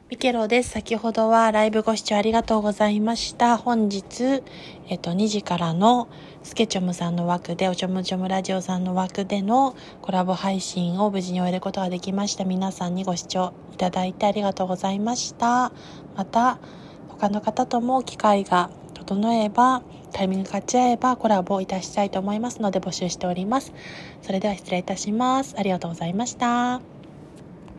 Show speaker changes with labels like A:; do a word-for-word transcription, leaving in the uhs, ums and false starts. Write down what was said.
A: ミケロです。先ほどはライブご視聴ありがとうございました。本日、えっと、にじからのスケチョムさんの枠で、おちょむちょむラジオさんの枠でのコラボ配信を無事に終えることができました。皆さんにご視聴いただいてありがとうございました。また、他の方とも機会が整えば、タイミングが勝ち合えばコラボいたしたいと思いますので募集しております。それでは失礼いたします。ありがとうございました。